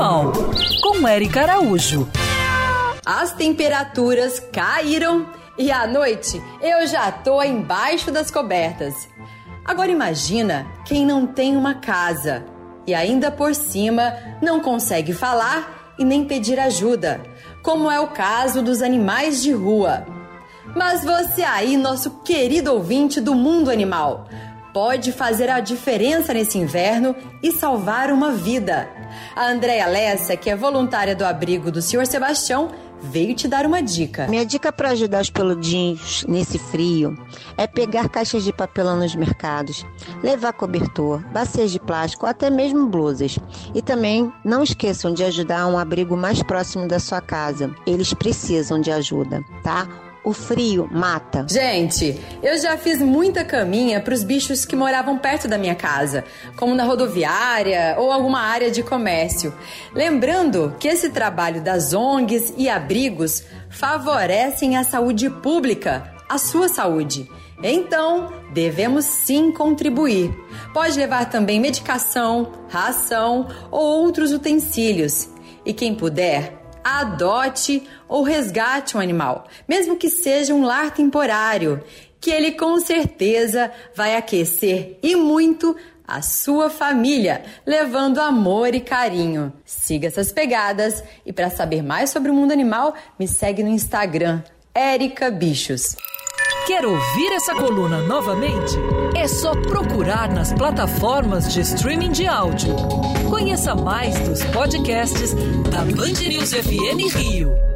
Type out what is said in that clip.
Animal, com Érica Araújo. As temperaturas caíram e à noite eu já tô embaixo das cobertas. Agora imagina quem não tem uma casa e ainda por cima não consegue falar e nem pedir ajuda, como é o caso dos animais de rua. Mas você aí, nosso querido ouvinte do mundo animal, pode fazer a diferença nesse inverno e salvar uma vida. A Andréia Lessa, que é voluntária do abrigo do Sr. Sebastião, veio te dar uma dica. Minha dica para ajudar os peludinhos nesse frio é pegar caixas de papelão nos mercados, levar cobertor, bacias de plástico, até mesmo blusas. E também não esqueçam de ajudar um abrigo mais próximo da sua casa. Eles precisam de ajuda, tá? O frio mata. Gente, eu já fiz muita caminha para os bichos que moravam perto da minha casa, como na rodoviária ou alguma área de comércio. Lembrando que esse trabalho das ONGs e abrigos favorecem a saúde pública, a sua saúde. Então, devemos sim contribuir. Pode levar também medicação, ração ou outros utensílios. E quem puder, adote ou resgate um animal, mesmo que seja um lar temporário, que ele com certeza vai aquecer e muito a sua família, levando amor e carinho. Siga essas pegadas e para saber mais sobre o mundo animal, me segue no Instagram, Érica Bichos. Quer ouvir essa coluna novamente? É só procurar nas plataformas de streaming de áudio. Conheça mais dos podcasts da Band News FM Rio.